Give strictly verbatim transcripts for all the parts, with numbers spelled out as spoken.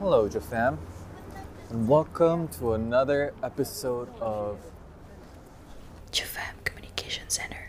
Hello, Jafam, and welcome to another episode of Jafam Communication Center.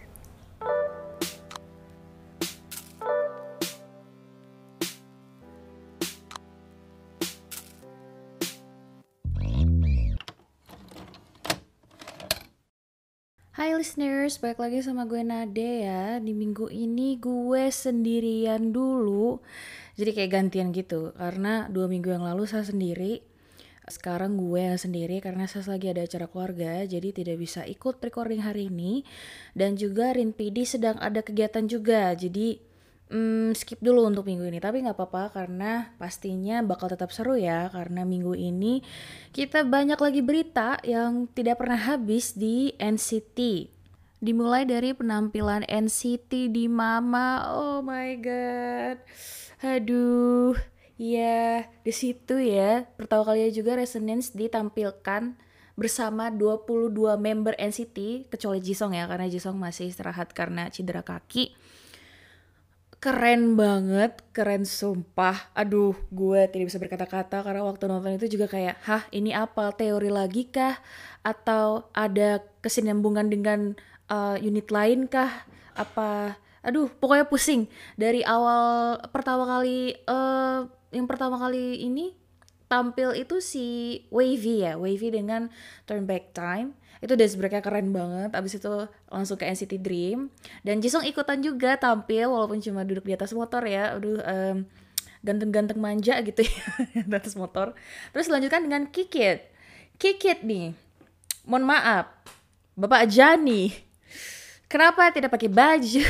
Hai listeners, balik lagi sama gue Nade ya. Di minggu ini gue sendirian dulu. Jadi kayak gantian gitu. Karena dua minggu yang lalu saya sendiri. Sekarang gue yang sendiri karena saya lagi ada acara keluarga. Jadi tidak bisa ikut recording hari ini. Dan juga Rin P D sedang ada kegiatan juga. Jadi Hmm, skip dulu untuk minggu ini, tapi nggak apa-apa karena pastinya bakal tetap seru ya. Karena minggu ini kita banyak lagi berita yang tidak pernah habis di N C T. Dimulai dari penampilan N C T di Mama, oh my god, aduh, ya di situ ya pertama kalinya juga Resonance ditampilkan bersama dua puluh dua member N C T kecuali Jisung ya karena Jisung masih istirahat karena cedera kaki. Keren banget, keren sumpah. Aduh, gue tidak bisa berkata-kata karena waktu nonton itu juga kayak, hah ini apa, teori lagi kah? Atau ada kesinambungan dengan uh, unit lain kah? Apa, aduh pokoknya pusing. Dari awal pertama kali, uh, yang pertama kali ini tampil itu si Wavy ya, Wavy dengan Turn Back Time. Itu dance break-nya keren banget. Abis itu langsung ke N C T Dream. Dan Jisung ikutan juga tampil walaupun cuma duduk di atas motor ya. Aduh, um, ganteng-ganteng manja gitu ya di atas motor. Terus lanjutkan dengan Kikit. Kikit nih, mohon maaf, Bapak Ajani, kenapa tidak pakai baju?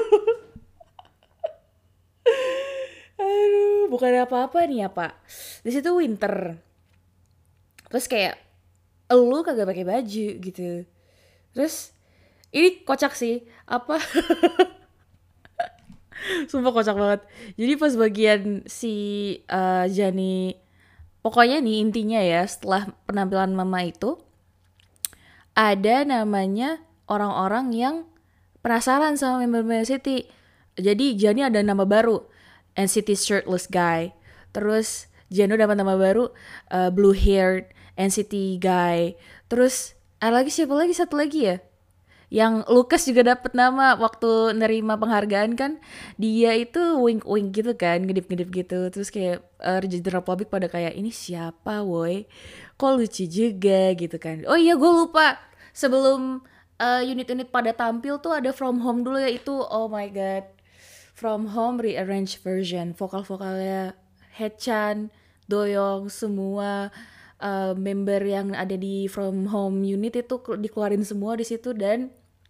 Aduh, bukan apa-apa nih ya Pak. Di situ winter. Terus kayak lu kagak pakai baju gitu. Terus ini kocak sih, apa? Sumpah kocak banget. Jadi pas bagian si uh, Jani, pokoknya nih intinya ya setelah penampilan Mama itu ada namanya orang-orang yang penasaran sama member-member N C T. Jadi Jani ada nama baru, N C T Shirtless Guy. Terus Jano dapat nama baru, uh, Blue Haired N C T Guy. Terus ada lagi siapa lagi satu lagi ya? Yang Lucas juga dapat nama waktu nerima penghargaan kan. Dia itu wink-wink gitu kan, ngedip-ngedip gitu. Terus kayak uh, general public pada kayak ini siapa woi? Kok lucu juga gitu kan. Oh iya gue lupa. Sebelum uh, unit-unit pada tampil tuh ada From Home dulu ya itu. Oh my god. From Home rearranged version. Vokal-vokalnya Haechan, Doyoung, semua uh, member yang ada di From Home unit itu dikeluarin semua di situ dan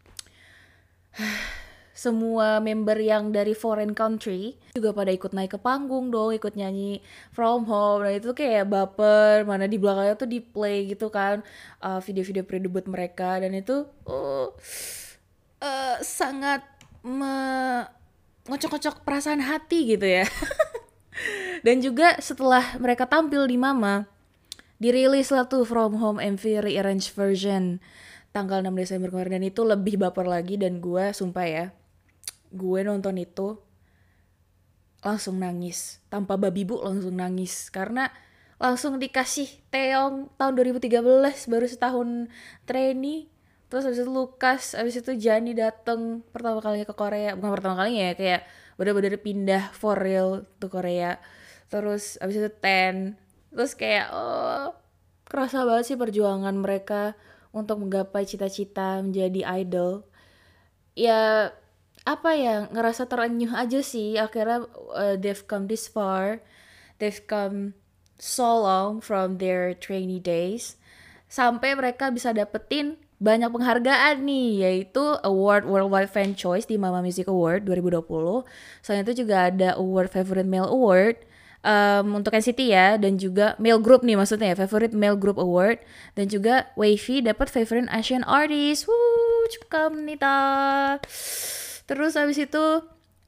semua member yang dari foreign country juga pada ikut naik ke panggung dong, ikut nyanyi From Home. Nah itu kayak baper, mana di belakangnya tuh di play gitu kan uh, video-video pre-debut mereka. Dan itu uh, uh, sangat me- ngocok-ngocok perasaan hati gitu ya. Dan juga setelah mereka tampil di Mama, dirilis lah tuh From Home M V Rearranged Version tanggal enam Desember kemarin. Dan itu lebih baper lagi. Dan gue sumpah ya, gue nonton itu langsung nangis, tanpa babi bu langsung nangis. Karena langsung dikasih Taeyong tahun dua ribu tiga belas, baru setahun trainee. Terus abis itu Lucas, abis itu Jani dateng pertama kalinya ke Korea. Bukan pertama kalinya ya, kayak bener-bener pindah for real ke Korea. Terus abis itu Ten. Terus kayak oh kerasa banget sih perjuangan mereka untuk menggapai cita-cita menjadi idol. Ya apa ya, ngerasa terenyuh aja sih akhirnya uh, they've come this far. They've come so long from their trainee days sampai mereka bisa dapetin banyak penghargaan nih, yaitu Award Worldwide Fan Choice di Mama Music Award dua ribu dua puluh. Selain itu juga ada Award Favorite Male Award um, untuk N C T ya, dan juga Male Group nih maksudnya ya, Favorite Male Group Award. Dan juga Wavy dapat Favorite Asian Artist. Wuh, 축하합니다. Terus abis itu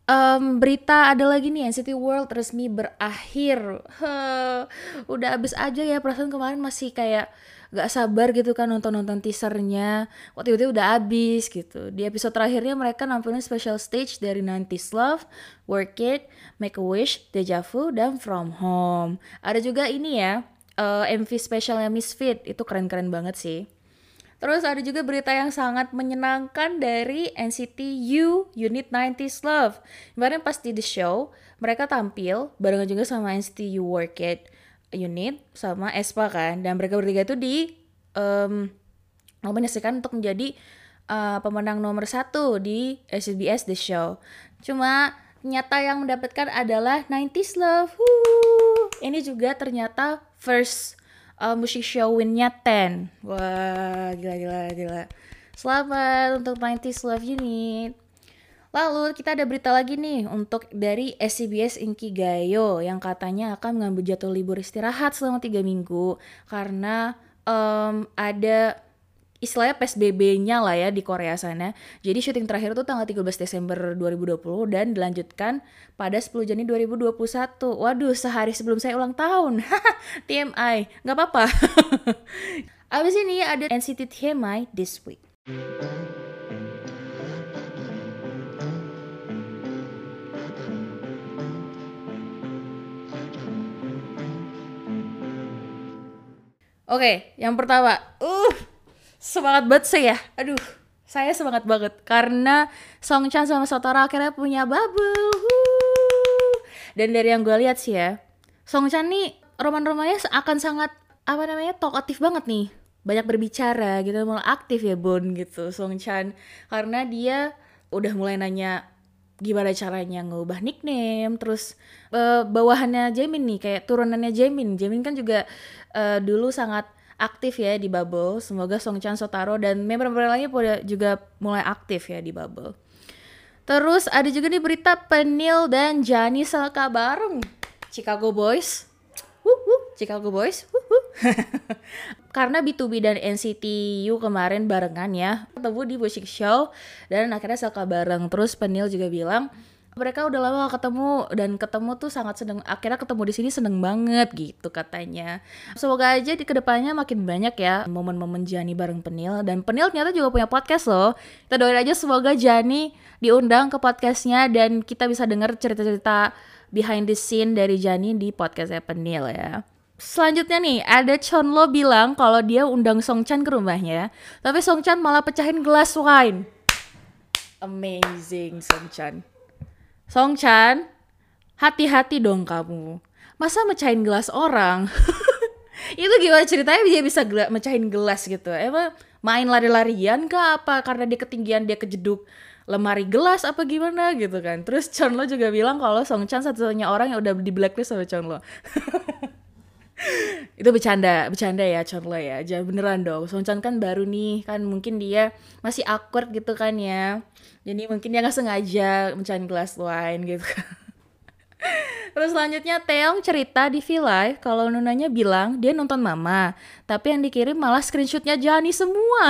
Um, berita ada lagi nih, N C T World resmi berakhir. Huh, udah abis aja ya, perasaan kemarin masih kayak gak sabar gitu kan nonton-nonton teasernya. Kok tiba-tiba udah abis gitu. Di episode terakhirnya mereka nampilin special stage dari nineties Love, Work It, Make a Wish, Deja Vu, dan From Home. Ada juga ini ya, uh, M V specialnya Misfit, itu keren-keren banget sih. Terus ada juga berita yang sangat menyenangkan dari N C T U Unit nineties Love. Kemarin pas di The Show, mereka tampil barengan juga sama N C T U Work It Unit sama aespa kan. Dan mereka bertiga itu di um, nominasikan untuk menjadi uh, pemenang nomor satu di S B S The Show. Cuma nyata yang mendapatkan adalah nineties Love. Woo! Ini juga ternyata first Uh, musik show win-nya ten. Wah, gila gila gila. Selamat untuk nineties Love Unit. Lalu kita ada berita lagi nih untuk dari S C B S Inkigayo yang katanya akan mengambil jadwal libur istirahat selama tiga minggu karena um, ada istilahnya P S B B-nya lah ya di Korea sana. Jadi syuting terakhir tuh tanggal tiga belas Desember dua ribu dua puluh dan dilanjutkan pada sepuluh Januari dua ribu dua puluh satu. Waduh, sehari sebelum saya ulang tahun. T M I, gak apa-apa. Abis ini ada N C T T M I this week. Oke, yang pertama. Uh, semangat banget sih ya. Aduh, saya semangat banget. Karena Songchan sama Sotaro akhirnya punya bubble. Woo. Dan dari yang gue lihat sih ya, Songchan nih roman-romannya akan sangat, apa namanya, talkatif banget nih. Banyak berbicara gitu, mulai aktif ya Bon gitu Songchan. Karena dia udah mulai nanya gimana caranya ngubah nickname. Terus uh, bawahannya Jaemin nih, kayak turunannya Jaemin. Jaemin kan juga uh, dulu sangat aktif ya di Bubble. Semoga Songchan, Sotaro, dan member-member lainnya juga mulai aktif ya di Bubble. Terus ada juga nih berita Penil dan Jani selka bareng Chicago Boys. Wuh, wuh, Chicago Boys. Wuh, wuh. Karena B two B dan N C T U kemarin barengan ya, ketemu di Music Show dan akhirnya selka bareng. Terus Penil juga bilang mereka udah lama gak ketemu dan ketemu tuh sangat seneng, akhirnya ketemu di sini seneng banget gitu katanya. Semoga aja di kedepannya makin banyak ya momen-momen Jani bareng Penil, dan Penil ternyata juga punya podcast loh. Kita doain aja semoga Jani diundang ke podcastnya dan kita bisa dengar cerita-cerita behind the scene dari Jani di podcastnya Penil ya. Selanjutnya nih, ada Chonlo bilang kalau dia undang Songchan ke rumahnya, tapi Songchan malah pecahin gelas wine. Amazing Songchan. Songchan, hati-hati dong kamu. Masa mecahin gelas orang? Itu gimana ceritanya dia bisa gela- mecahin gelas gitu? Emang main lari-larian kah apa? Karena dia ketinggian dia kejeduk lemari gelas apa gimana gitu kan? Terus Chonlo juga bilang kalau Songchan satu-satunya orang yang udah di blacklist sama Chonlo. Itu bercanda, bercanda ya Chonlo ya. Jangan beneran dong. Songchan kan baru nih, kan mungkin dia masih awkward gitu kan ya. Jadi mungkin dia gak sengaja mecahin gelas wine gitu kan. Terus selanjutnya Taeyong cerita di V-Live kalau Nunanya bilang dia nonton Mama, tapi yang dikirim malah screenshotnya Jani semua.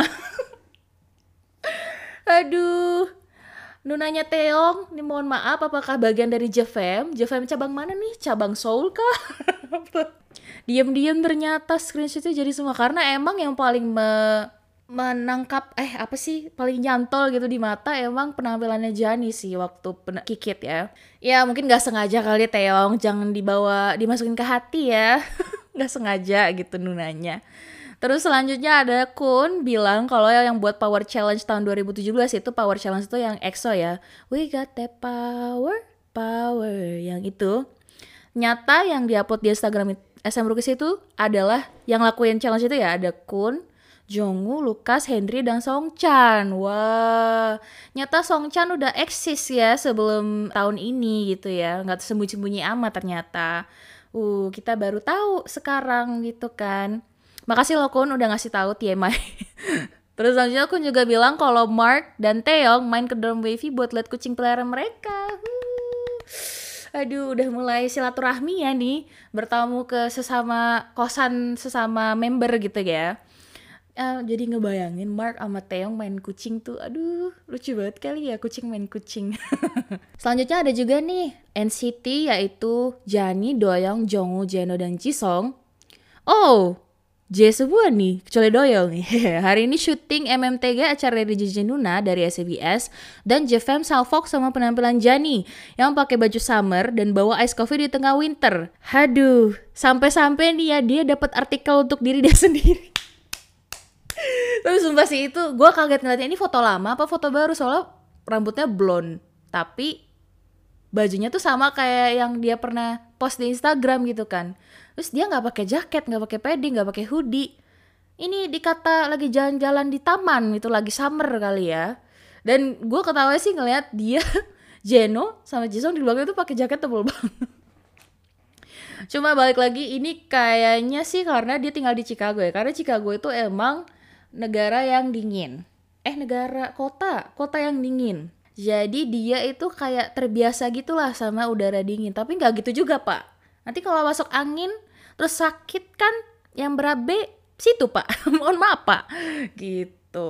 Aduh, Nunanya Taeyong, ini mohon maaf apakah bagian dari J V M? J V M cabang mana nih? Cabang Seoul kah? Diam-diam ternyata screenshotnya jadi semua, karena emang yang paling me- menangkap eh apa sih paling nyantol gitu di mata emang penampilannya Jani sih waktu pen- kikit ya. Ya mungkin nggak sengaja kali Taeyong, jangan dibawa dimasukin ke hati ya. Nggak sengaja gitu Nunanya. Terus selanjutnya ada Kun bilang kalau yang buat Power Challenge tahun dua ribu tujuh belas itu Power Challenge itu yang E X O ya. We got that power, power yang itu. Nyata yang diupload di Instagram S M Rookies itu adalah yang lakuin challenge itu ya ada Kun, Jongwoo, Lukas, Henry, dan Songchan. Wah, nyata Songchan udah eksis ya sebelum tahun ini gitu ya. Nggak sembunyi-sembunyi amat ternyata. Uh, kita baru tahu sekarang gitu kan. Makasih loh Kun udah ngasih tahu T M I. Terus selanjutnya Kun juga bilang kalau Mark dan Taeyong main ke dorm Wavy buat lihat kucing peliharaan mereka. Uh. Aduh, udah mulai silaturahmi ya nih, bertamu ke sesama kosan sesama member gitu ya. uh, jadi ngebayangin Mark sama Taeyong main kucing tuh. Aduh, lucu banget kali ya kucing main kucing. Selanjutnya ada juga nih N C T, yaitu Jennie, Doyoung, Jongwoo, Jeno, dan Jisung. Oh, J semua nih, kecuali Doyoung nih. Hari ini syuting M M T G acara dari Jejin Luna dari S B S, dan J F M salfok sama penampilan Jennie yang pakai baju summer dan bawa ice coffee di tengah winter. Haduh, sampai-sampai nih ya dia dapat artikel untuk diri dia sendiri. Tapi sumpah sih itu gue kaget ngeliatnya, ini foto lama apa foto baru, soalnya rambutnya blonde tapi bajunya tuh sama kayak yang dia pernah post di Instagram gitu kan. Terus dia nggak pakai jaket, nggak pakai padding, nggak pakai hoodie. Ini dikata lagi jalan-jalan di taman, itu lagi summer kali ya. Dan gue ketawa sih ngeliat dia Jeno sama Jisung di belakang itu pakai jaket tebel banget. Cuma balik lagi, ini kayaknya sih karena dia tinggal di Chicago ya. Karena Chicago itu emang negara yang dingin. Eh negara, kota, kota yang dingin. Jadi dia itu kayak terbiasa gitulah sama udara dingin. Tapi nggak gitu juga pak. Nanti kalau masuk angin terus sakit kan yang berabe situ pak. Mohon maaf pak. Gitu.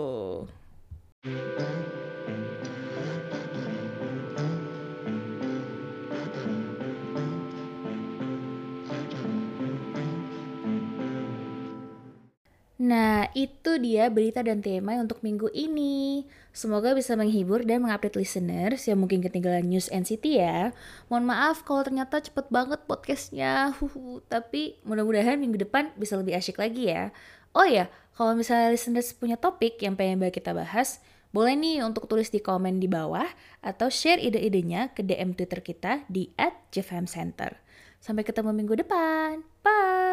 Nah, itu dia berita dan tema untuk minggu ini. Semoga bisa menghibur dan mengupdate listeners yang mungkin ketinggalan news N C T ya. Mohon maaf kalau ternyata cepet banget podcastnya. Huhu. Tapi mudah-mudahan minggu depan bisa lebih asyik lagi ya. Oh ya, kalau misalnya listeners punya topik yang pengen banget kita bahas, boleh nih untuk tulis di komen di bawah atau share ide-idenya ke D M Twitter kita di at j f m center. Sampai ketemu minggu depan. Bye!